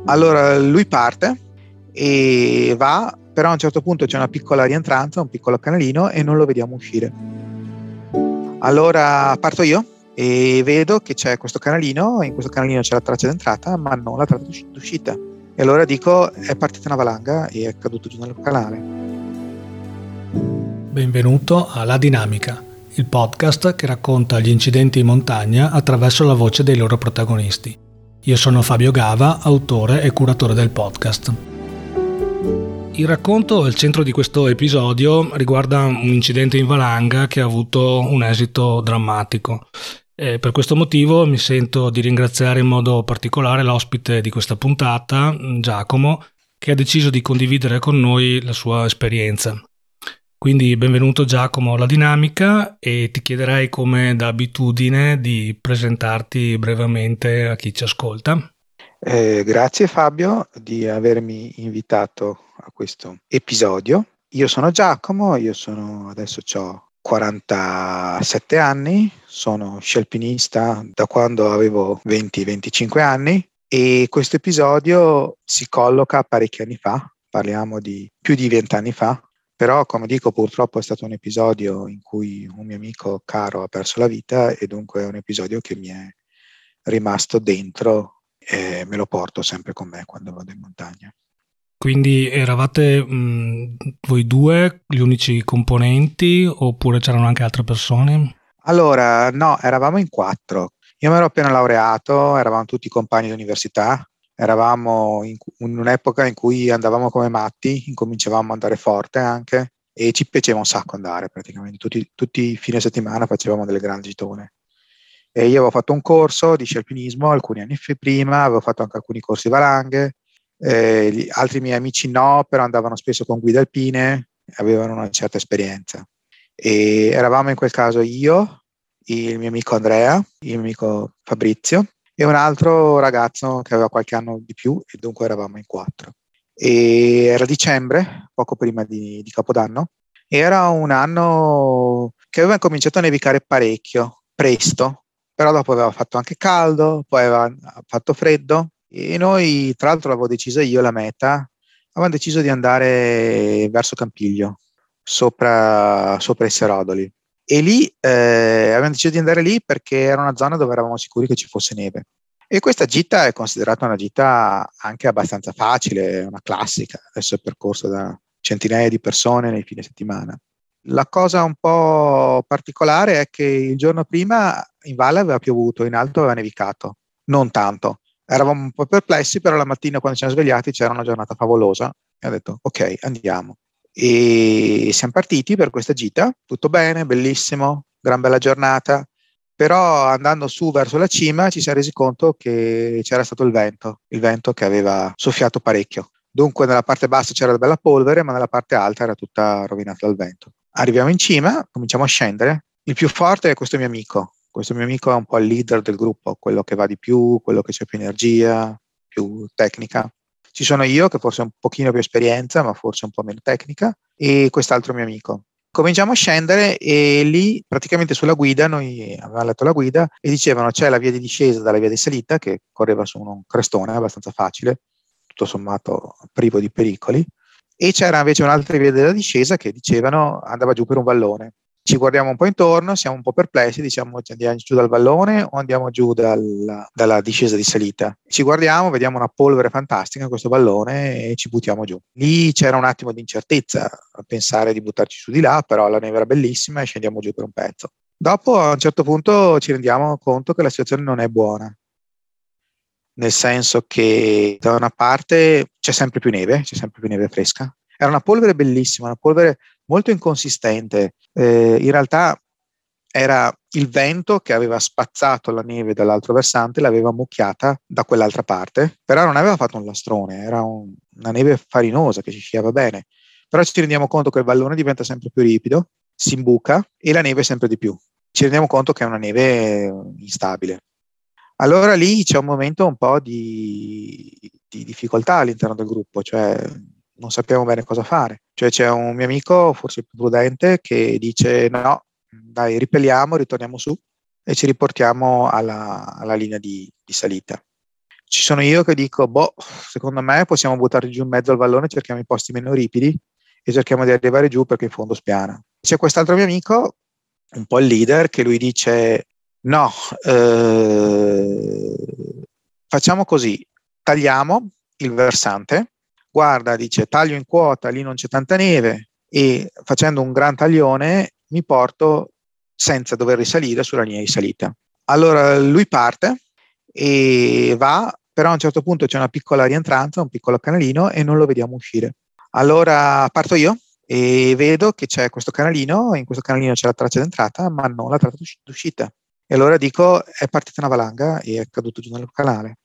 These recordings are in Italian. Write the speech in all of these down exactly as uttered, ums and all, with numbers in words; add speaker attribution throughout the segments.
Speaker 1: Allora lui parte e va, però a un certo punto c'è una piccola rientranza, un piccolo canalino e non lo vediamo uscire. Allora parto io e vedo che c'è questo canalino, in questo canalino c'è la traccia d'entrata ma non la traccia d'uscita. E allora dico, è partita una valanga e è caduto giù nel canale.
Speaker 2: Benvenuto a La Dinamica, il podcast che racconta gli incidenti in montagna attraverso la voce dei loro protagonisti. Io sono Fabio Gava, autore e curatore del podcast. Il racconto al centro di questo episodio riguarda un incidente in valanga che ha avuto un esito drammatico. E per questo motivo mi sento di ringraziare in modo particolare l'ospite di questa puntata, Giacomo, che ha deciso di condividere con noi la sua esperienza. Quindi benvenuto Giacomo alla Dinamica e ti chiederei come da abitudine di presentarti brevemente a chi ci ascolta.
Speaker 1: Eh, grazie Fabio di avermi invitato a questo episodio. Io sono Giacomo, io sono adesso ho quarantasette anni, sono sci alpinista da quando avevo venti venticinque anni e questo episodio si colloca parecchi anni fa, parliamo di più di vent'anni fa. Però, come dico, purtroppo è stato un episodio in cui un mio amico caro ha perso la vita e dunque è un episodio che mi è rimasto dentro e me lo porto sempre con me quando vado in montagna.
Speaker 2: Quindi eravate mh, voi due gli unici componenti oppure c'erano anche altre persone?
Speaker 1: Allora, no, eravamo in quattro. Io mi ero appena laureato, eravamo tutti compagni di università. Eravamo in, in un'epoca in cui andavamo come matti, incominciavamo ad andare forte anche e ci piaceva un sacco andare praticamente. Tutti, tutti i fine settimana facevamo delle grandi gitone. E io avevo fatto un corso di sci alpinismo alcuni anni prima, avevo fatto anche alcuni corsi valanghe, eh, gli altri miei amici no, però andavano spesso con guide alpine, avevano una certa esperienza. E eravamo in quel caso io, il mio amico Andrea, il mio amico Fabrizio e un altro ragazzo che aveva qualche anno di più e dunque eravamo in quattro. E era dicembre, poco prima di, di Capodanno, era un anno che aveva cominciato a nevicare parecchio, presto, però dopo aveva fatto anche caldo, poi aveva fatto freddo e noi, tra l'altro l'avevo deciso io la meta, avevamo deciso di andare verso Campiglio, sopra, sopra i Serodoli. E lì eh, abbiamo deciso di andare lì perché era una zona dove eravamo sicuri che ci fosse neve. E questa gita è considerata una gita anche abbastanza facile, una classica, adesso è percorso da centinaia di persone nei fine settimana. La cosa un po' particolare è che il giorno prima in valle aveva piovuto, in alto aveva nevicato, non tanto. Eravamo un po' perplessi, però la mattina quando ci siamo svegliati c'era una giornata favolosa e ho detto ok, andiamo. E siamo partiti per questa gita, tutto bene, bellissimo, gran bella giornata, però andando su verso la cima ci siamo resi conto che c'era stato il vento, il vento che aveva soffiato parecchio. Dunque nella parte bassa c'era della bella polvere, ma nella parte alta era tutta rovinata dal vento. Arriviamo in cima, cominciamo a scendere. Il più forte è questo mio amico. Questo mio amico è un po' il leader del gruppo, quello che va di più, quello che c'è più energia, più tecnica. Ci sono io che forse ho un pochino più esperienza, ma forse un po' meno tecnica, e quest'altro mio amico. Cominciamo a scendere e lì praticamente sulla guida, noi avevamo letto la guida e dicevano c'è la via di discesa dalla via di salita che correva su un crestone abbastanza facile, tutto sommato privo di pericoli, e c'era invece un'altra via della discesa che dicevano andava giù per un vallone. Ci guardiamo un po' intorno, siamo un po' perplessi, diciamo andiamo giù dal vallone o andiamo giù dal, dalla discesa di salita. Ci guardiamo, vediamo una polvere fantastica in questo vallone e ci buttiamo giù. Lì c'era un attimo di incertezza a pensare di buttarci su di là, però la neve era bellissima e scendiamo giù per un pezzo. Dopo a un certo punto ci rendiamo conto che la situazione non è buona, nel senso che da una parte c'è sempre più neve, c'è sempre più neve fresca. Era una polvere bellissima, una polvere molto inconsistente. Eh, in realtà era il vento che aveva spazzato la neve dall'altro versante, l'aveva mucchiata da quell'altra parte, però non aveva fatto un lastrone, era un, una neve farinosa che ci sciava bene. Però ci rendiamo conto che il vallone diventa sempre più ripido, si imbuca e la neve sempre di più. Ci rendiamo conto che è una neve instabile. Allora lì c'è un momento un po' di, di difficoltà all'interno del gruppo, cioè non sappiamo bene cosa fare. Cioè c'è un mio amico, forse più prudente, che dice no, dai, ripeliamo, ritorniamo su e ci riportiamo alla, alla linea di, di salita. A un ci sono io che dico, boh, secondo me possiamo buttarci giù in mezzo al vallone, cerchiamo i posti meno ripidi e cerchiamo di arrivare giù perché in fondo spiana. C'è quest'altro mio amico, un po' il leader, che lui dice no, eh, facciamo così, tagliamo il versante, guarda, dice taglio in quota, lì non c'è tanta neve e facendo un gran taglione mi porto senza dover risalire sulla linea di salita. Allora lui parte e va, però a un certo punto c'è una piccola rientranza, un piccolo canalino e non lo vediamo uscire. Allora parto io e vedo che c'è questo canalino, in questo canalino c'è la traccia d'entrata ma non la traccia d'uscita. E allora dico, è partita una valanga e è caduto giù nel canale.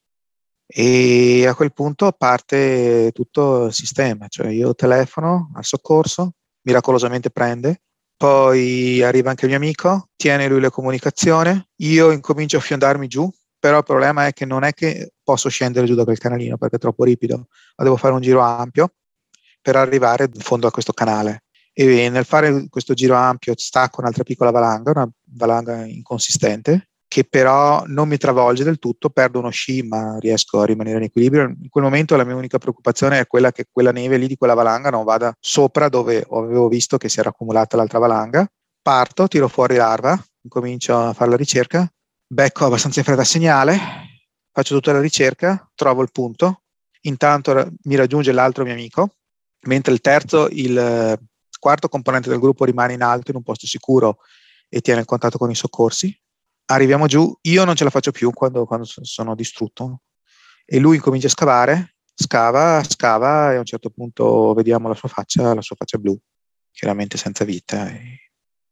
Speaker 1: E a quel punto parte tutto il sistema, cioè io telefono al soccorso, miracolosamente prende, poi arriva anche il mio amico, tiene lui la comunicazione, io incomincio a fiondarmi giù, però il problema è che non è che posso scendere giù da quel canalino perché è troppo ripido, ma devo fare un giro ampio per arrivare in fondo a questo canale. E nel fare questo giro ampio stacco un'altra piccola valanga, una valanga inconsistente, che però non mi travolge del tutto, perdo uno sci ma riesco a rimanere in equilibrio. In quel momento la mia unica preoccupazione è quella che quella neve lì di quella valanga non vada sopra dove avevo visto che si era accumulata l'altra valanga. Parto, tiro fuori l'arva, incomincio a fare la ricerca, becco abbastanza in fretta segnale, faccio tutta la ricerca, trovo il punto, intanto mi raggiunge l'altro mio amico, mentre il terzo, il quarto componente del gruppo rimane in alto in un posto sicuro e tiene il contatto con i soccorsi. Arriviamo giù, io non ce la faccio più quando, quando sono distrutto e lui incomincia a scavare, scava, scava e a un certo punto vediamo la sua faccia, la sua faccia blu, chiaramente senza vita. E...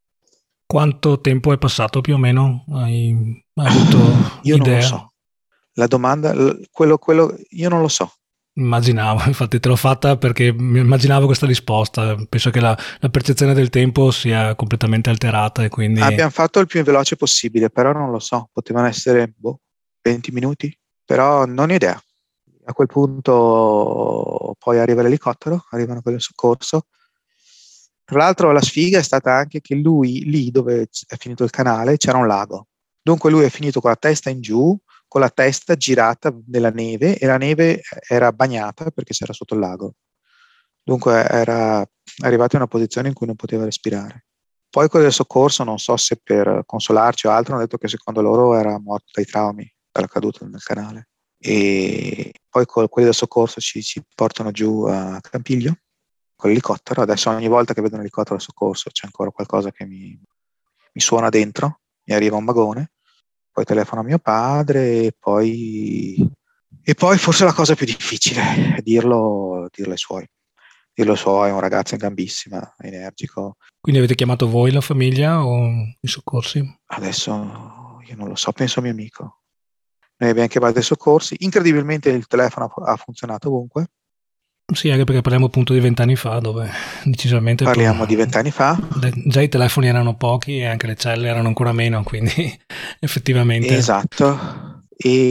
Speaker 2: Quanto tempo è passato più o meno? Hai avuto
Speaker 1: io
Speaker 2: idea?
Speaker 1: Non lo so. La domanda, quello, quello, io non lo so.
Speaker 2: Immaginavo, infatti te l'ho fatta perché mi immaginavo questa risposta. Penso che la, la percezione del tempo sia completamente alterata e quindi...
Speaker 1: Abbiamo fatto il più veloce possibile, però non lo so, potevano essere boh, venti minuti, però non ho idea. A quel punto poi arriva l'elicottero, arrivano quelli del soccorso. Tra l'altro la sfiga è stata anche che lui, lì dove è finito il canale, c'era un lago. Dunque lui è finito con la testa in giù, con la testa girata nella neve e la neve era bagnata perché c'era sotto il lago. Dunque era arrivato in una posizione in cui non poteva respirare. Poi quelli del soccorso, non so se per consolarci o altro, hanno detto che secondo loro era morto dai traumi, dalla caduta nel canale. E poi con quelli del soccorso ci, ci portano giù a Campiglio con l'elicottero. Adesso ogni volta che vedo un elicottero del soccorso c'è ancora qualcosa che mi, mi suona dentro, mi arriva un vagone, poi telefono a mio padre e poi, e poi forse la cosa più difficile è dirlo, dirlo ai suoi. Dirlo ai suoi, è un ragazzo in gambissima, energico.
Speaker 2: Quindi avete chiamato voi la famiglia o i soccorsi?
Speaker 1: Adesso io non lo so, penso a mio amico. Noi abbiamo chiamato i soccorsi, incredibilmente il telefono ha funzionato ovunque.
Speaker 2: Sì, anche perché parliamo appunto di vent'anni fa, dove decisamente...
Speaker 1: Parliamo
Speaker 2: poi,
Speaker 1: di vent'anni fa.
Speaker 2: Le, già i telefoni erano pochi e anche le celle erano ancora meno, quindi effettivamente...
Speaker 1: Esatto,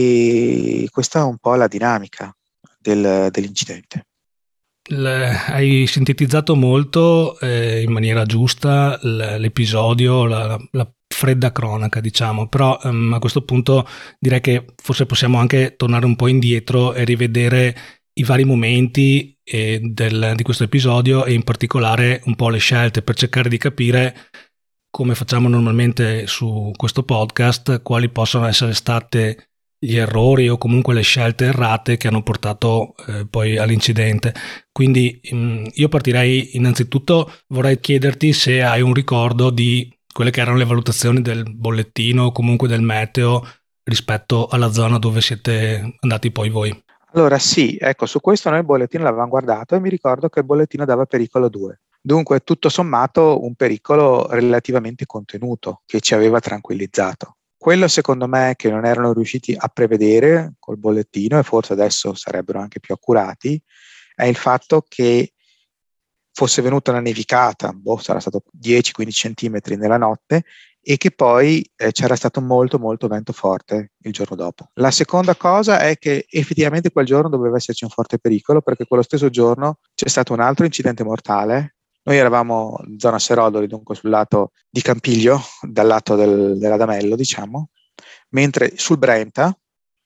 Speaker 1: e questa è un po' la dinamica del, dell'incidente.
Speaker 2: Le, hai sintetizzato molto eh, in maniera giusta l'episodio, la, la fredda cronaca, diciamo, però um, a questo punto direi che forse possiamo anche tornare un po' indietro e rivedere i vari momenti eh, del, di questo episodio e in particolare un po' le scelte per cercare di capire, come facciamo normalmente su questo podcast, quali possono essere state gli errori o comunque le scelte errate che hanno portato eh, poi all'incidente. Quindi mh, io partirei innanzitutto, vorrei chiederti se hai un ricordo di quelle che erano le valutazioni del bollettino o comunque del meteo rispetto alla zona dove siete andati poi voi.
Speaker 1: Allora sì, ecco, su questo noi il bollettino l'avevamo guardato e mi ricordo che il bollettino dava pericolo due. Dunque tutto sommato un pericolo relativamente contenuto che ci aveva tranquillizzato. Quello secondo me che non erano riusciti a prevedere col bollettino, e forse adesso sarebbero anche più accurati, è il fatto che fosse venuta una nevicata, boh, sarà stato dieci quindici centimetri nella notte, e che poi eh, c'era stato molto molto vento forte il giorno dopo. La seconda cosa è che effettivamente quel giorno doveva esserci un forte pericolo, perché quello stesso giorno c'è stato un altro incidente mortale. Noi eravamo in zona Serodoli, dunque sul lato di Campiglio, dal lato del, dell'Adamello, diciamo, mentre sul Brenta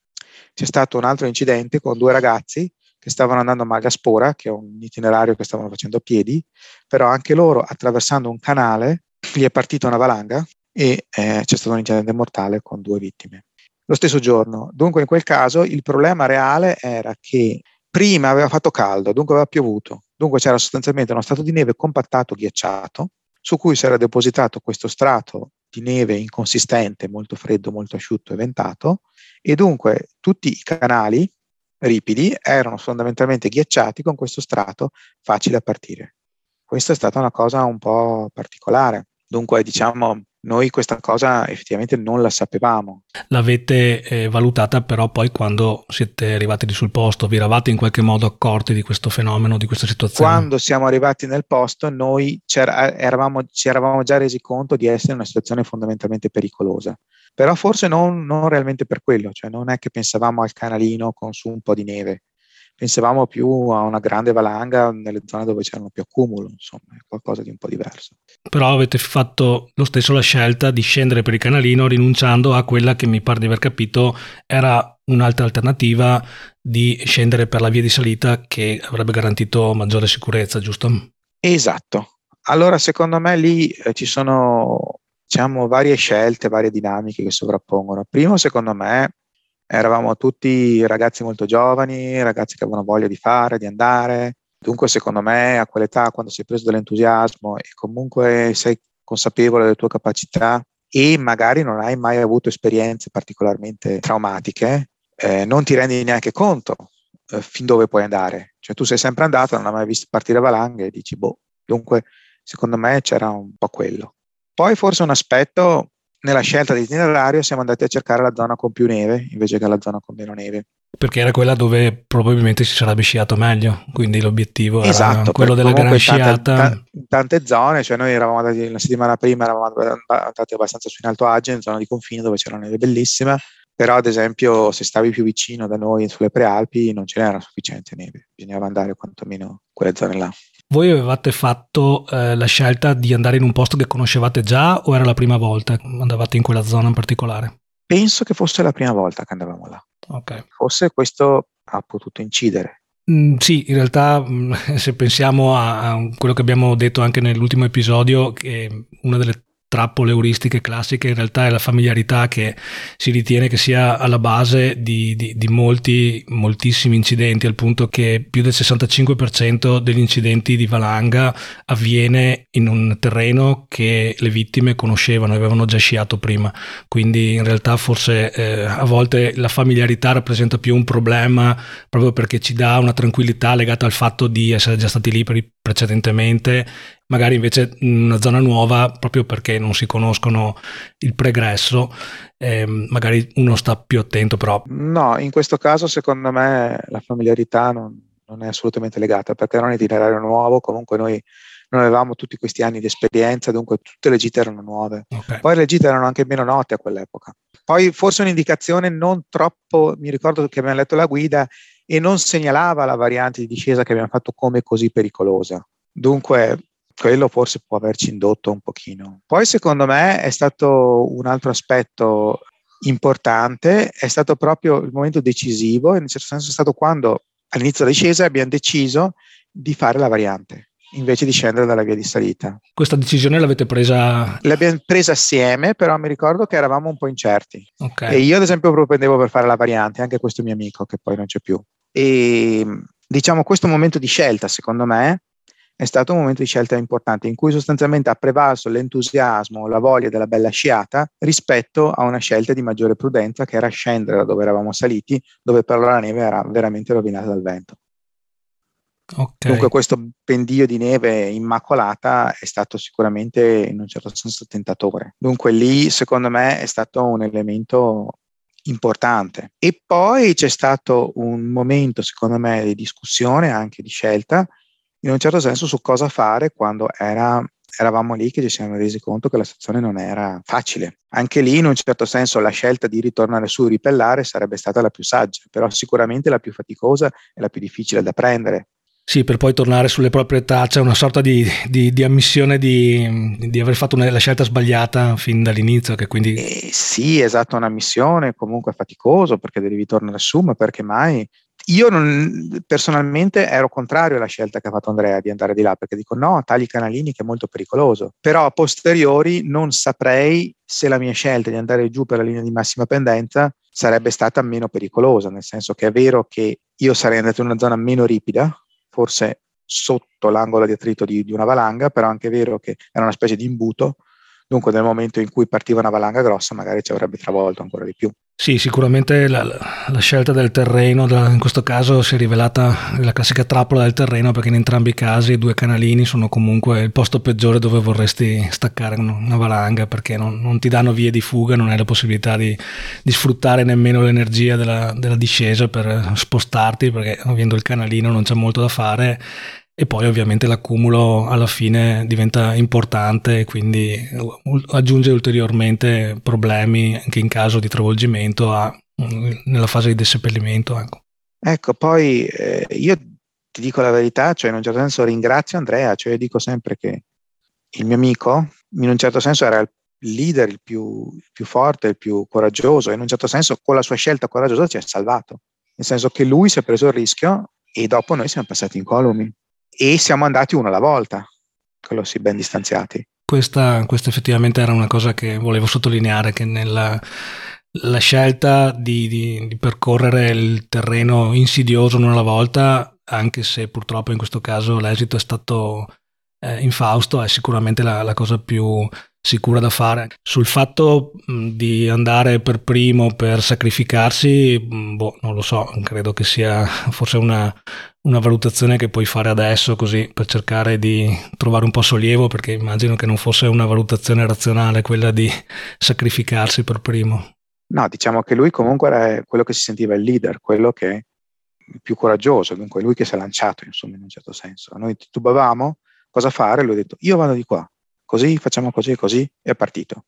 Speaker 1: c'è stato un altro incidente con due ragazzi che stavano andando a Magaspora, che è un itinerario che stavano facendo a piedi, però anche loro, attraversando un canale, gli è partita una valanga e eh, c'è stato un incidente mortale con due vittime lo stesso giorno. Dunque in quel caso il problema reale era che prima aveva fatto caldo, dunque aveva piovuto, dunque c'era sostanzialmente uno strato di neve compattato, ghiacciato, su cui si era depositato questo strato di neve inconsistente, molto freddo, molto asciutto e ventato, e dunque tutti i canali ripidi erano fondamentalmente ghiacciati con questo strato facile a partire. Questa è stata una cosa un po' particolare. Dunque, diciamo, noi questa cosa effettivamente non la sapevamo.
Speaker 2: L'avete eh, valutata però poi quando siete arrivati lì sul posto? Vi eravate in qualche modo accorti di questo fenomeno, di questa situazione?
Speaker 1: Quando siamo arrivati nel posto, noi eravamo, ci eravamo già resi conto di essere in una situazione fondamentalmente pericolosa. Però forse non, non realmente per quello, cioè non è che pensavamo al canalino con su un po' di neve, pensavamo più a una grande valanga nelle zone dove c'erano più accumulo, insomma, è qualcosa di un po' diverso.
Speaker 2: Però avete fatto lo stesso la scelta di scendere per il canalino, rinunciando a quella che mi pare di aver capito era un'altra alternativa di scendere per la via di salita che avrebbe garantito maggiore sicurezza, giusto?
Speaker 1: Esatto. Allora secondo me lì eh, ci sono, diciamo, varie scelte, varie dinamiche che sovrappongono. Primo, secondo me, eravamo tutti ragazzi molto giovani, ragazzi che avevano voglia di fare, di andare. Dunque, secondo me, a quell'età, quando sei preso dall'entusiasmo e comunque sei consapevole delle tue capacità e magari non hai mai avuto esperienze particolarmente traumatiche, eh, non ti rendi neanche conto eh, fin dove puoi andare. Cioè tu sei sempre andato, non hai mai visto partire valanghe e dici, boh. Dunque, secondo me c'era un po' quello. Poi forse un aspetto, nella scelta di itinerario siamo andati a cercare la zona con più neve invece che la zona con meno neve.
Speaker 2: Perché era quella dove probabilmente si sarebbe sciato meglio, quindi l'obiettivo
Speaker 1: esatto,
Speaker 2: era quello della gran sciata.
Speaker 1: In, in tante zone, cioè noi eravamo andati la settimana prima, eravamo andati abbastanza su in Alto Adige, in zona di confine dove c'era una neve bellissima, però ad esempio se stavi più vicino da noi sulle Prealpi non ce n'era sufficiente neve, bisognava andare quantomeno in quelle zone là.
Speaker 2: Voi avevate fatto eh, la scelta di andare in un posto che conoscevate già o era la prima volta che andavate in quella zona in particolare?
Speaker 1: Penso che fosse la prima volta che andavamo là.
Speaker 2: Okay.
Speaker 1: Forse questo ha potuto incidere.
Speaker 2: Mm, sì, in realtà mh, se pensiamo a, a quello che abbiamo detto anche nell'ultimo episodio, che una delle trappole euristiche classiche in realtà è la familiarità, che si ritiene che sia alla base di, di, di molti, moltissimi incidenti, al punto che più del sessantacinque per cento degli incidenti di valanga avviene in un terreno che le vittime conoscevano e avevano già sciato prima. Quindi in realtà forse eh, a volte la familiarità rappresenta più un problema, proprio perché ci dà una tranquillità legata al fatto di essere già stati lì precedentemente, magari invece in una zona nuova, proprio perché non si conoscono il pregresso, eh, magari uno sta più attento. Però
Speaker 1: no, in questo caso secondo me la familiarità non, non è assolutamente legata, perché era un itinerario nuovo, comunque noi non avevamo tutti questi anni di esperienza, dunque tutte le gite erano nuove. Okay. Poi le gite erano anche meno note a quell'epoca. Poi forse un'indicazione non troppo, mi ricordo che abbiamo letto la guida e non segnalava la variante di discesa che abbiamo fatto come così pericolosa. Dunque quello forse può averci indotto un pochino. Poi secondo me è stato un altro aspetto importante, è stato proprio il momento decisivo, in un certo senso è stato quando all'inizio della discesa abbiamo deciso di fare la variante invece di scendere dalla via di salita.
Speaker 2: Questa decisione l'avete presa?
Speaker 1: L'abbiamo presa assieme, però mi ricordo che eravamo un po' incerti.
Speaker 2: Okay.
Speaker 1: E io ad esempio propendevo per fare la variante, anche questo mio amico che poi non c'è più. E diciamo questo momento di scelta secondo me è stato un momento di scelta importante in cui sostanzialmente ha prevalso l'entusiasmo, la voglia della bella sciata rispetto a una scelta di maggiore prudenza che era scendere da dove eravamo saliti, dove però la neve era veramente rovinata dal vento. Okay. Dunque questo pendio di neve immacolata è stato sicuramente in un certo senso tentatore. Dunque lì secondo me è stato un elemento importante. E poi c'è stato un momento secondo me di discussione, anche di scelta, in un certo senso su cosa fare quando era, eravamo lì che ci siamo resi conto che la situazione non era facile. Anche lì in un certo senso la scelta di ritornare su e ripellare sarebbe stata la più saggia, però sicuramente la più faticosa e la più difficile da prendere,
Speaker 2: Sì, per poi tornare sulle proprie tracce, una sorta di, di, di ammissione di, di aver fatto una, la scelta sbagliata fin dall'inizio, che quindi...
Speaker 1: Eh, sì, esatto, una missione, comunque faticoso perché devi tornare su, ma perché mai? Io non, personalmente ero contrario alla scelta che ha fatto Andrea di andare di là, perché dico no, tagli i canalini che è molto pericoloso, però a posteriori non saprei se la mia scelta di andare giù per la linea di massima pendenza sarebbe stata meno pericolosa, nel senso che è vero che io sarei andato in una zona meno ripida, forse sotto l'angolo di attrito di, di una valanga, però anche è vero che era una specie di imbuto, dunque nel momento in cui partiva una valanga grossa magari ci avrebbe travolto ancora di più.
Speaker 2: Sì, sicuramente la, la scelta del terreno, in questo caso si è rivelata la classica trappola del terreno, perché in entrambi i casi i due canalini sono comunque il posto peggiore dove vorresti staccare una valanga, perché non, non ti danno vie di fuga, non hai la possibilità di, di sfruttare nemmeno l'energia della, della discesa per spostarti, perché avendo il canalino non c'è molto da fare. E poi ovviamente l'accumulo alla fine diventa importante e quindi aggiunge ulteriormente problemi anche in caso di travolgimento a, nella fase di disseppellimento. Ecco,
Speaker 1: ecco poi eh, io ti dico la verità, cioè in un certo senso ringrazio Andrea, cioè io dico sempre che il mio amico in un certo senso era il leader, il più, il più forte, il più coraggioso, e in un certo senso con la sua scelta coraggiosa ci ha salvato, nel senso che lui si è preso il rischio e dopo noi siamo passati incolumi. E siamo andati uno alla volta, quello sì, ben distanziati.
Speaker 2: Questa, questa effettivamente era una cosa che volevo sottolineare, che nella la scelta di, di, di percorrere il terreno insidioso uno alla volta, anche se purtroppo in questo caso l'esito è stato eh, infausto, è sicuramente la, la cosa più sicura da fare. Sul fatto mh, di andare per primo, per sacrificarsi, mh, boh, non lo so, credo che sia forse una, una valutazione che puoi fare adesso, così per cercare di trovare un po' sollievo, perché immagino che non fosse una valutazione razionale quella di sacrificarsi per primo.
Speaker 1: No, diciamo che lui comunque era quello che si sentiva il leader, quello che è il più coraggioso, dunque lui che si è lanciato, insomma, in un certo senso. Noi titubavamo cosa fare, lui ha detto io vado di qua, così facciamo così e così, e è partito.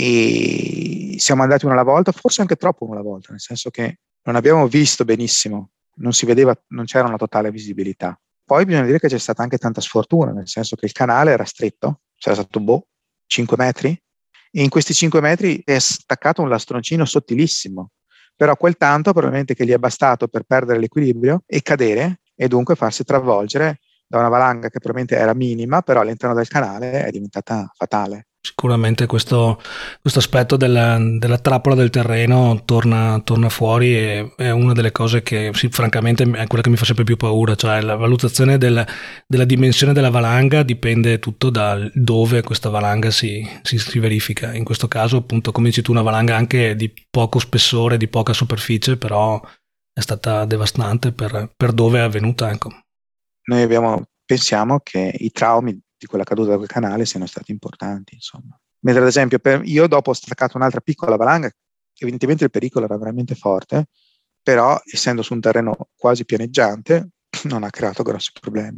Speaker 1: E siamo andati uno alla volta, forse anche troppo uno alla volta, nel senso che non abbiamo visto benissimo, non si vedeva, non c'era una totale visibilità. Poi bisogna dire che c'è stata anche tanta sfortuna, nel senso che il canale era stretto, c'era stato boh, cinque metri, e in questi cinque metri è staccato un lastroncino sottilissimo, però quel tanto probabilmente che gli è bastato per perdere l'equilibrio e cadere e dunque farsi travolgere da una valanga che probabilmente era minima, però all'interno del canale è diventata fatale.
Speaker 2: Sicuramente questo, questo aspetto della, della trappola del terreno torna, torna fuori e è una delle cose che sì, francamente è quella che mi fa sempre più paura, cioè la valutazione del, della dimensione della valanga dipende tutto da dove questa valanga si, si, si verifica. In questo caso appunto, come dici tu, una valanga anche di poco spessore, di poca superficie, però è stata devastante per, per dove è avvenuta. Ecco.
Speaker 1: Noi abbiamo, pensiamo che i traumi di quella caduta da quel canale siano stati importanti, insomma. Mentre ad esempio per, io dopo ho staccato un'altra piccola valanga, evidentemente il pericolo era veramente forte, però essendo su un terreno quasi pianeggiante non ha creato grossi problemi.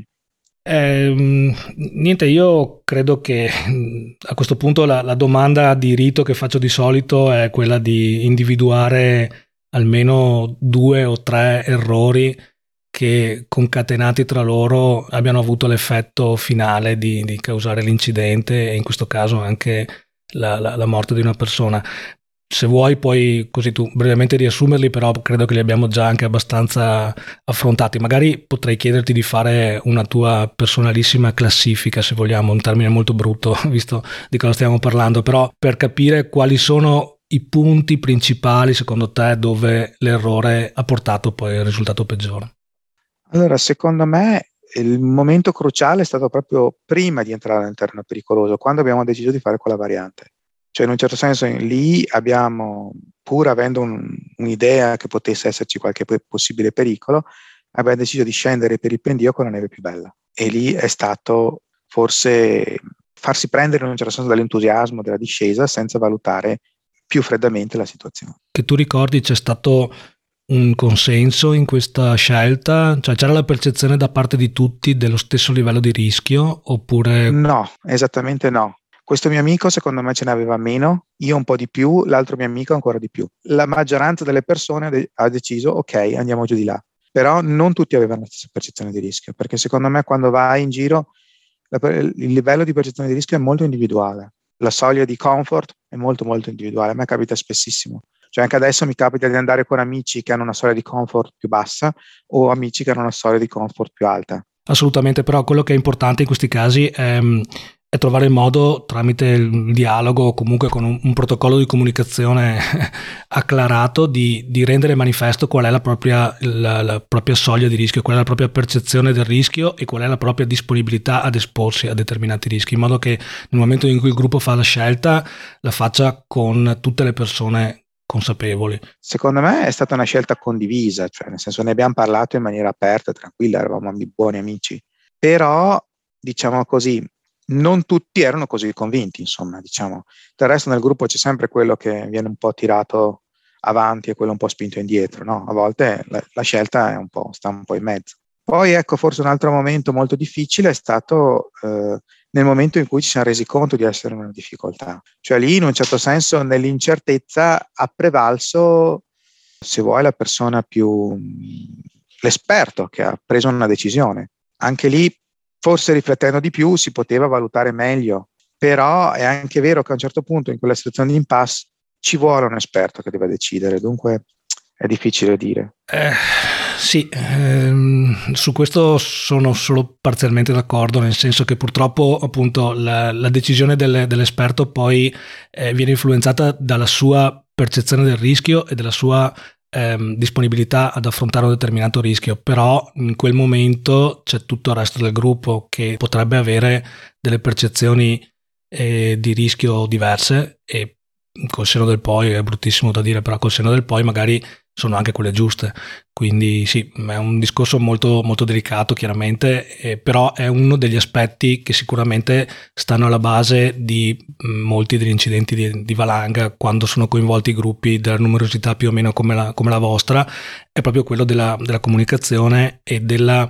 Speaker 2: Eh, niente, io credo che a questo punto la, la domanda di rito che faccio di solito è quella di individuare almeno due o tre errori che concatenati tra loro abbiano avuto l'effetto finale di, di causare l'incidente e in questo caso anche la, la, la morte di una persona. Se vuoi puoi così tu brevemente riassumerli, però credo che li abbiamo già anche abbastanza affrontati. Magari potrei chiederti di fare una tua personalissima classifica, se vogliamo, un termine molto brutto visto di cosa stiamo parlando, però per capire quali sono i punti principali secondo te dove l'errore ha portato poi al risultato peggiore.
Speaker 1: Allora, secondo me il momento cruciale è stato proprio prima di entrare nel terreno pericoloso, quando abbiamo deciso di fare quella variante. Cioè, in un certo senso, lì abbiamo, pur avendo un, un'idea che potesse esserci qualche possibile pericolo, abbiamo deciso di scendere per il pendio con la neve più bella. E lì è stato forse farsi prendere in un certo senso dall'entusiasmo della discesa senza valutare più freddamente la situazione.
Speaker 2: Che tu ricordi c'è stato un consenso in questa scelta? Cioè c'era la percezione da parte di tutti dello stesso livello di rischio oppure...
Speaker 1: No, esattamente no. Questo mio amico secondo me ce ne aveva meno, io un po' di più, l'altro mio amico ancora di più. La maggioranza delle persone ha deciso ok, andiamo giù di là, però non tutti avevano la stessa percezione di rischio, perché secondo me quando vai in giro la, il livello di percezione di rischio è molto individuale, la soglia di comfort è molto molto individuale. A me capita spessissimo, cioè anche adesso mi capita di andare con amici che hanno una soglia di comfort più bassa o amici che hanno una soglia di comfort più alta.
Speaker 2: Assolutamente, però quello che è importante in questi casi è, è trovare il modo, tramite il dialogo o comunque con un, un protocollo di comunicazione acclarato, di, di rendere manifesto qual è la propria, la, la propria soglia di rischio, qual è la propria percezione del rischio e qual è la propria disponibilità ad esporsi a determinati rischi, in modo che nel momento in cui il gruppo fa la scelta la faccia con tutte le persone consapevoli.
Speaker 1: Secondo me è stata una scelta condivisa, cioè nel senso ne abbiamo parlato in maniera aperta, tranquilla, eravamo buoni amici, però diciamo così non tutti erano così convinti, insomma, diciamo. Del resto nel gruppo c'è sempre quello che viene un po' tirato avanti e quello un po' spinto indietro, no? A volte la, la scelta è un po', sta un po' in mezzo. Poi ecco, forse un altro momento molto difficile è stato eh, nel momento in cui ci siamo resi conto di essere in una difficoltà. Cioè lì in un certo senso nell'incertezza ha prevalso, se vuoi, la persona più, l'esperto che ha preso una decisione. Anche lì, forse riflettendo di più, si poteva valutare meglio, però è anche vero che a un certo punto in quella situazione di impasse ci vuole un esperto che deve decidere, dunque è difficile dire.
Speaker 2: Eh, sì, ehm, su questo sono solo parzialmente d'accordo, nel senso che purtroppo appunto la, la decisione del, dell'esperto poi eh, viene influenzata dalla sua percezione del rischio e della sua ehm, disponibilità ad affrontare un determinato rischio, però in quel momento c'è tutto il resto del gruppo che potrebbe avere delle percezioni eh, di rischio diverse e col senno del poi, è bruttissimo da dire, però col senno del poi magari sono anche quelle giuste, quindi sì, è un discorso molto, molto delicato chiaramente, eh, però è uno degli aspetti che sicuramente stanno alla base di mh, molti degli incidenti di, di valanga quando sono coinvolti gruppi della numerosità più o meno come la, come la vostra, è proprio quello della, della comunicazione e della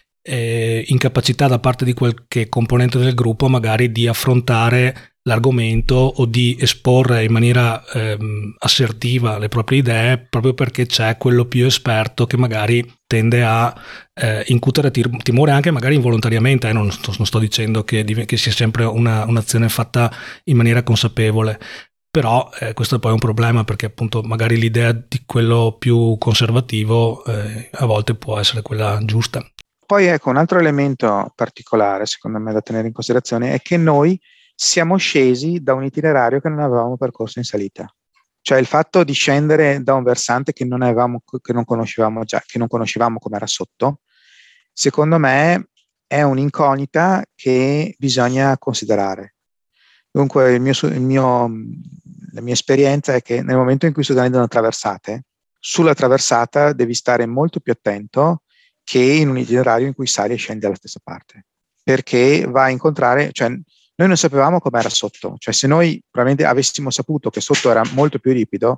Speaker 2: eh, incapacità da parte di qualche componente del gruppo magari di affrontare l'argomento o di esporre in maniera ehm, assertiva le proprie idee, proprio perché c'è quello più esperto che magari tende a eh, incutere tir- timore anche magari involontariamente, eh, non, sto, non sto dicendo che, che sia sempre una, un'azione fatta in maniera consapevole, però eh, questo è poi un problema, perché appunto magari l'idea di quello più conservativo eh, a volte può essere quella giusta.
Speaker 1: Poi ecco, un altro elemento particolare secondo me da tenere in considerazione è che noi siamo scesi da un itinerario che non avevamo percorso in salita, cioè il fatto di scendere da un versante che non avevamo, che non conoscevamo già, che non conoscevamo come era sotto, secondo me è un'incognita che bisogna considerare. Dunque il mio, il mio, la mia esperienza è che nel momento in cui si organizzano traversate, sulla traversata devi stare molto più attento che in un itinerario in cui sali e scendi dalla stessa parte, perché va a incontrare, cioè noi non sapevamo com'era sotto, cioè se noi probabilmente avessimo saputo che sotto era molto più ripido,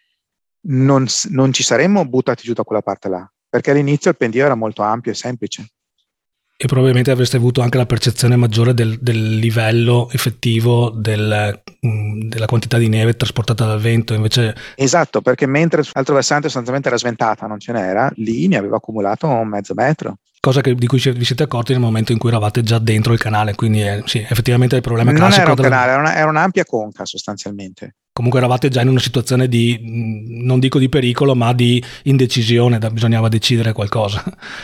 Speaker 1: non, non ci saremmo buttati giù da quella parte là, perché all'inizio il pendio era molto ampio e semplice.
Speaker 2: E probabilmente avreste avuto anche la percezione maggiore del, del livello effettivo del, mh, della quantità di neve trasportata dal vento, invece...
Speaker 1: Esatto, perché mentre l'altro versante sostanzialmente era sventata, non ce n'era, lì ne aveva accumulato un mezzo metro.
Speaker 2: Cosa che, di cui vi siete accorti nel momento in cui eravate già dentro il canale, quindi è, sì, effettivamente il problema
Speaker 1: non
Speaker 2: classico...
Speaker 1: Non era un
Speaker 2: della...
Speaker 1: canale, era, una, era un'ampia conca sostanzialmente.
Speaker 2: Comunque eravate già in una situazione di, non dico di pericolo, ma di indecisione, da, bisognava decidere qualcosa.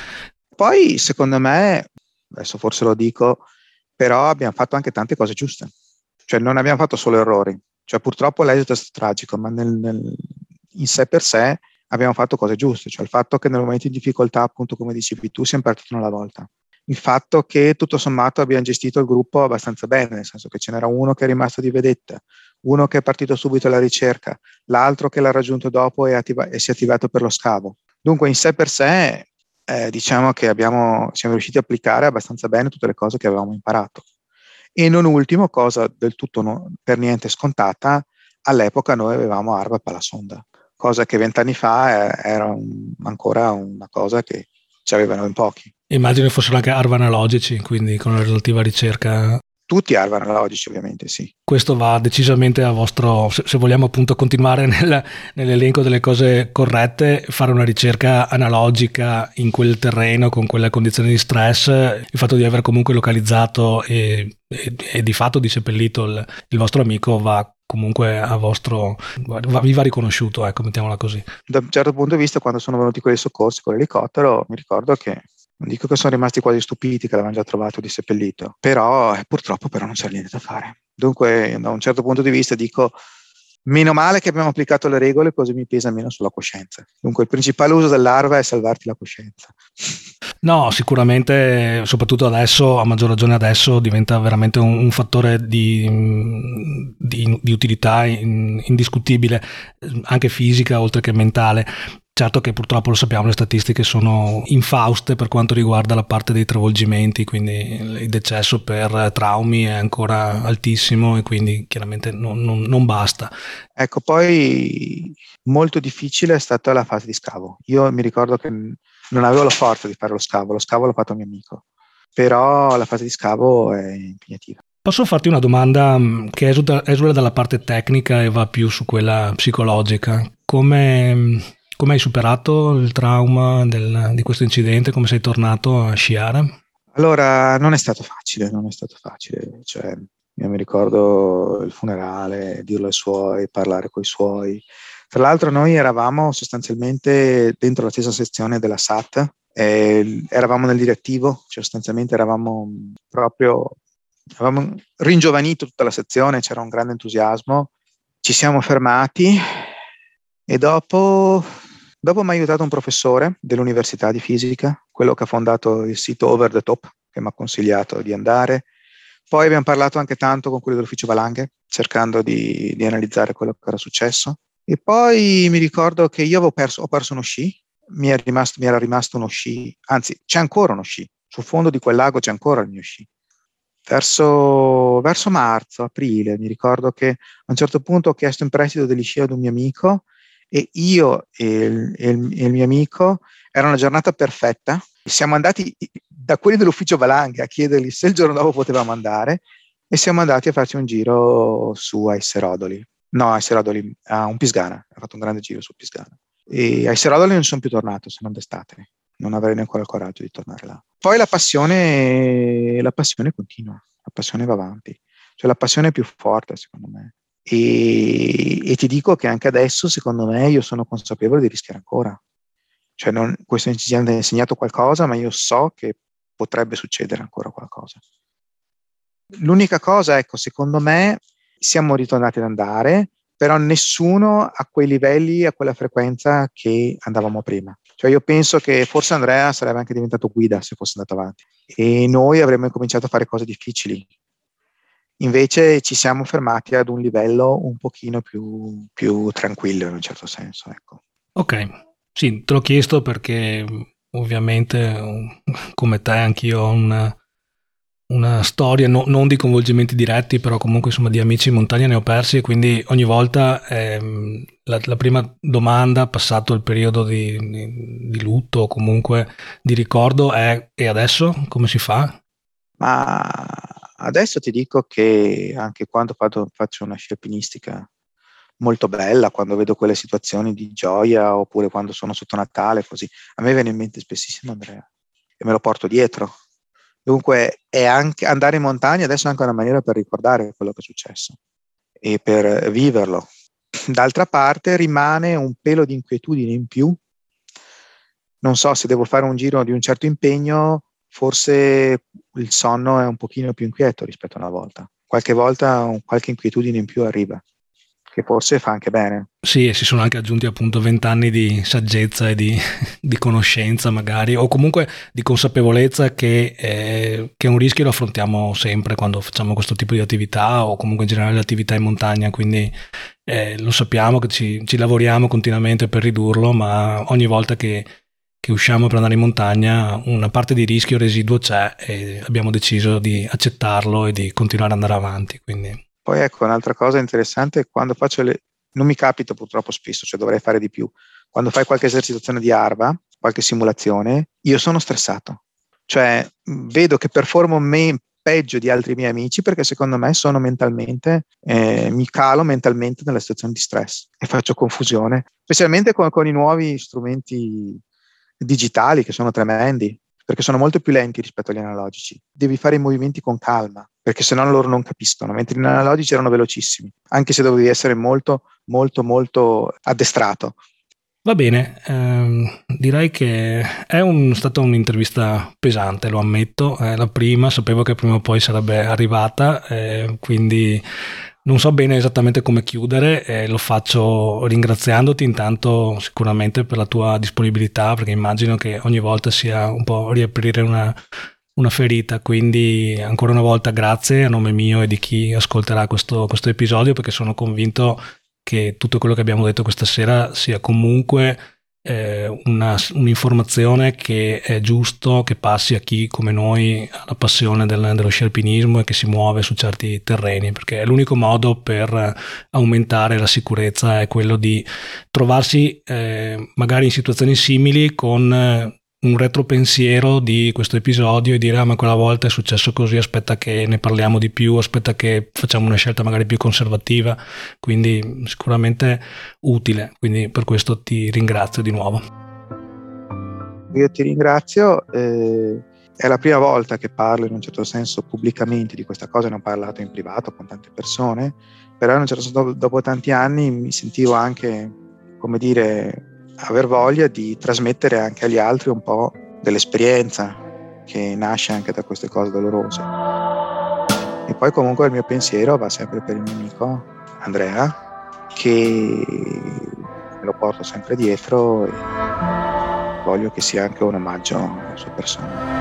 Speaker 1: Poi, secondo me, adesso forse lo dico, però abbiamo fatto anche tante cose giuste. Cioè non abbiamo fatto solo errori. Cioè purtroppo l'esito è stato tragico, ma nel, nel, in sé per sé abbiamo fatto cose giuste. Cioè il fatto che nel momento di difficoltà, appunto come dicevi tu, siamo partiti una alla volta. Il fatto che tutto sommato abbiamo gestito il gruppo abbastanza bene, nel senso che ce n'era uno che è rimasto di vedetta, uno che è partito subito alla ricerca, l'altro che l'ha raggiunto dopo e, attiva- e si è attivato per lo scavo. Dunque in sé per sé eh, diciamo che abbiamo, siamo riusciti a applicare abbastanza bene tutte le cose che avevamo imparato. E non ultimo, cosa del tutto no, per niente scontata, all'epoca noi avevamo Arva Palasonda, cosa che vent'anni fa eh, era un, ancora una cosa che ci avevano in pochi.
Speaker 2: Immagino fossero anche Arva analogici, quindi con la relativa ricerca.
Speaker 1: Tutti ARVA analogici, ovviamente, sì.
Speaker 2: Questo va decisamente a vostro, se, se vogliamo appunto continuare nel, nell'elenco delle cose corrette, fare una ricerca analogica in quel terreno con quelle condizioni di stress, il fatto di aver comunque localizzato e, e, e di fatto diseppellito il, il vostro amico va comunque a vostro, va, vi va riconosciuto, ecco, mettiamola così.
Speaker 1: Da un certo punto di vista, quando sono venuti quelli soccorsi con l'elicottero, mi ricordo che non dico che sono rimasti quasi stupiti che l'avevano già trovato diseppellito, però eh, purtroppo però non c'era niente da fare. Dunque, da un certo punto di vista dico, meno male che abbiamo applicato le regole, così mi pesa meno sulla coscienza. Dunque il principale uso dell'ARVA è salvarti la coscienza.
Speaker 2: No, sicuramente, soprattutto adesso, a maggior ragione adesso, diventa veramente un, un fattore di, di, di utilità indiscutibile, anche fisica oltre che mentale. Certo che purtroppo lo sappiamo, le statistiche sono infauste per quanto riguarda la parte dei travolgimenti, quindi il decesso per traumi è ancora altissimo e quindi chiaramente non, non, non basta.
Speaker 1: Ecco, poi molto difficile è stata la fase di scavo. Io mi ricordo che non avevo la forza di fare lo scavo, lo scavo l'ho fatto a mio amico, però la fase di scavo è impegnativa.
Speaker 2: Posso farti una domanda che esula, esula dalla parte tecnica e va più su quella psicologica? Come... Come hai superato il trauma del, di questo incidente? Come sei tornato a sciare?
Speaker 1: Allora, non è stato facile, non è stato facile. Cioè, io mi ricordo il funerale, dirlo ai suoi, parlare con i suoi. Tra l'altro noi eravamo sostanzialmente dentro la stessa sezione della S A T, e eravamo nel direttivo, cioè sostanzialmente eravamo proprio, avevamo ringiovanito tutta la sezione, c'era un grande entusiasmo. Ci siamo fermati e dopo... Dopo mi ha aiutato un professore dell'Università di Fisica, quello che ha fondato il sito Over the Top, che mi ha consigliato di andare. Poi abbiamo parlato anche tanto con quelli dell'ufficio Valanghe, cercando di, di analizzare quello che era successo. E poi mi ricordo che io avevo perso, ho perso uno sci, mi, è rimasto, mi era rimasto uno sci, anzi c'è ancora uno sci, sul fondo di quel lago c'è ancora il mio sci. Verso, verso marzo, aprile, mi ricordo che a un certo punto ho chiesto in prestito degli sci ad un mio amico, e io e il, e, il, e il mio amico, era una giornata perfetta, siamo andati da quelli dell'ufficio Valanghe a chiedergli se il giorno dopo potevamo andare e siamo andati a farci un giro su ai Serodoli, no ai Serodoli, a un Pisgana, ha fatto un grande giro su Pisgana e ai Serodoli non sono più tornato se non d'estate, non avrei neanche ancora il coraggio di tornare là. Poi la passione, la passione continua, la passione va avanti, cioè la passione è più forte secondo me. E, e ti dico che anche adesso secondo me io sono consapevole di rischiare ancora, cioè non, questo incidente ha insegnato qualcosa, ma io so che potrebbe succedere ancora qualcosa. L'unica cosa, ecco, secondo me siamo ritornati ad andare, però nessuno a quei livelli, a quella frequenza che andavamo prima. Cioè io penso che forse Andrea sarebbe anche diventato guida se fosse andato avanti e noi avremmo cominciato a fare cose difficili. Invece ci siamo fermati ad un livello un pochino più, più tranquillo in un certo senso, ecco.
Speaker 2: Ok, sì, te l'ho chiesto perché ovviamente come te anch'io ho una, una storia, no, non di coinvolgimenti diretti, però comunque insomma di amici in montagna ne ho persi e quindi ogni volta ehm, la, la prima domanda, passato il periodo di, di, di lutto o comunque di ricordo, è: e adesso come si fa?
Speaker 1: Ma adesso ti dico che anche quando faccio, faccio una sci alpinistica molto bella, quando vedo quelle situazioni di gioia oppure quando sono sotto Natale, così, a me viene in mente spessissimo Andrea e me lo porto dietro. Dunque è anche andare in montagna adesso è anche una maniera per ricordare quello che è successo e per viverlo. D'altra parte rimane un pelo di inquietudine in più. Non so se devo fare un giro di un certo impegno, forse il sonno è un pochino più inquieto rispetto a una volta. Qualche volta un, qualche inquietudine in più arriva, che forse fa anche bene.
Speaker 2: Sì, e si sono anche aggiunti appunto vent'anni di saggezza e di, di conoscenza magari, o comunque di consapevolezza che, eh, che un rischio lo affrontiamo sempre quando facciamo questo tipo di attività o comunque in generale le attività in montagna, quindi eh, lo sappiamo che ci, ci lavoriamo continuamente per ridurlo, ma ogni volta che che usciamo per andare in montagna una parte di rischio residuo c'è e abbiamo deciso di accettarlo e di continuare ad andare avanti. Quindi.
Speaker 1: Poi ecco, un'altra cosa interessante è quando faccio le... non mi capita purtroppo spesso, cioè dovrei fare di più. Quando fai qualche esercitazione di ARVA, qualche simulazione, io sono stressato. Cioè vedo che performo me... peggio di altri miei amici perché secondo me sono mentalmente, eh, mi calo mentalmente nella situazione di stress e faccio confusione, specialmente con, con i nuovi strumenti digitali che sono tremendi, perché sono molto più lenti rispetto agli analogici. Devi fare i movimenti con calma, perché sennò loro non capiscono, mentre gli analogici erano velocissimi, anche se dovevi essere molto, molto, molto addestrato.
Speaker 2: Va bene, ehm, direi che è un, stata un'intervista pesante, lo ammetto, è la prima, sapevo che prima o poi sarebbe arrivata, eh, quindi non so bene esattamente come chiudere, e lo faccio ringraziandoti intanto sicuramente per la tua disponibilità, perché immagino che ogni volta sia un po' riaprire una, una ferita, quindi ancora una volta grazie a nome mio e di chi ascolterà questo, questo episodio, perché sono convinto che tutto quello che abbiamo detto questa sera sia comunque eh, una, un'informazione che è giusto che passi a chi come noi ha la passione del, dello sci alpinismo e che si muove su certi terreni, perché è l'unico modo per aumentare la sicurezza, è quello di trovarsi eh, magari in situazioni simili con eh, un retropensiero di questo episodio e dire ah ma quella volta è successo così, aspetta che ne parliamo di più, aspetta che facciamo una scelta magari più conservativa, quindi sicuramente utile, quindi per questo ti ringrazio di nuovo.
Speaker 1: Io ti ringrazio, eh, è la prima volta che parlo in un certo senso pubblicamente di questa cosa, ne ho parlato in privato con tante persone, però in un certo senso dopo tanti anni mi sentivo anche, come dire, aver voglia di trasmettere anche agli altri un po' dell'esperienza che nasce anche da queste cose dolorose. E poi comunque il mio pensiero va sempre per il mio amico Andrea, che me lo porto sempre dietro e voglio che sia anche un omaggio alla sua persona.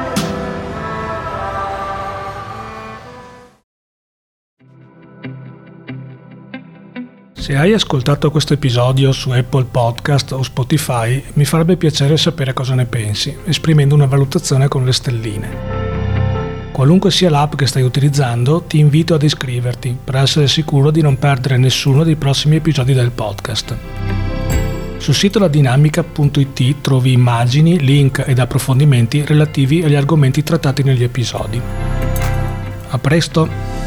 Speaker 2: Se hai ascoltato questo episodio su Apple Podcast o Spotify, mi farebbe piacere sapere cosa ne pensi, esprimendo una valutazione con le stelline. Qualunque sia l'app che stai utilizzando, ti invito ad iscriverti per essere sicuro di non perdere nessuno dei prossimi episodi del podcast. Sul sito ladinamica punto it trovi immagini, link ed approfondimenti relativi agli argomenti trattati negli episodi. A presto!